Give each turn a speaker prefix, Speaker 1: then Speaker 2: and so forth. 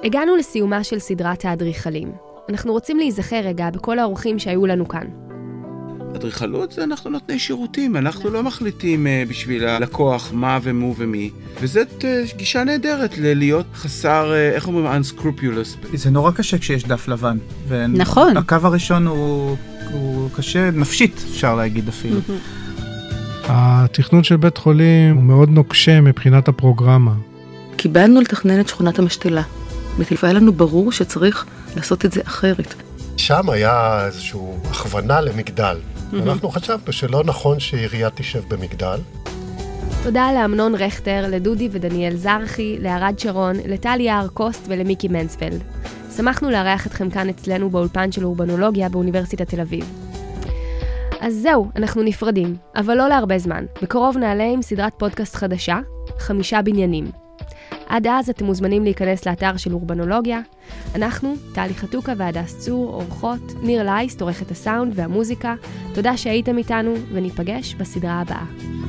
Speaker 1: הגענו לסיומה של סדרת האדריכלים. אנחנו רוצים להיזכר רגע בכל האורחים שהיו לנו כאן.
Speaker 2: אדריכלות זה אנחנו נותני שירותים, אנחנו לא מחליטים בשביל הלקוח מה ומו ומי, וזאת גישה נהדרת להיות חסר, איך אומרים, unscrupulous.
Speaker 3: זה נורא קשה כשיש דף לבן.
Speaker 4: נכון.
Speaker 3: הקו הראשון הוא קשה, נפשית אפשר להגיד אפילו.
Speaker 5: התכנון של בית חולים הוא מאוד נוקשה מבחינת הפרוגרמה.
Speaker 4: קיבלנו לתכנן את שכונת המשתלה, והיה לנו ברור שצריך לעשות את זה אחרת.
Speaker 6: שם היה איזושהי הכוונה למגדל. אנחנו חשבנו שלא נכון שעירייה תשב במגדל.
Speaker 1: תודה לאמנון רכטר, לדודי ודניאל זרחי, לארד שרון, לטלי ארקוסט ולמיקי מנספלד. שמחנו לארח אתכם כאן אצלנו באולפן של אורבנולוגיה באוניברסיטת תל אביב. אז זהו, אנחנו נפרדים, אבל לא להרבה זמן. בקרוב נעלה עם סדרת פודקאסט חדשה, 5 בניינים. עד אז אתם מוזמנים להיכנס לאתר של אורבנולוגיה. אנחנו, טלי חתוקה והדס צור, אורחות, ניר לייסט, עורכת הסאונד והמוזיקה. תודה שהייתם איתנו, וניפגש בסדרה הבאה.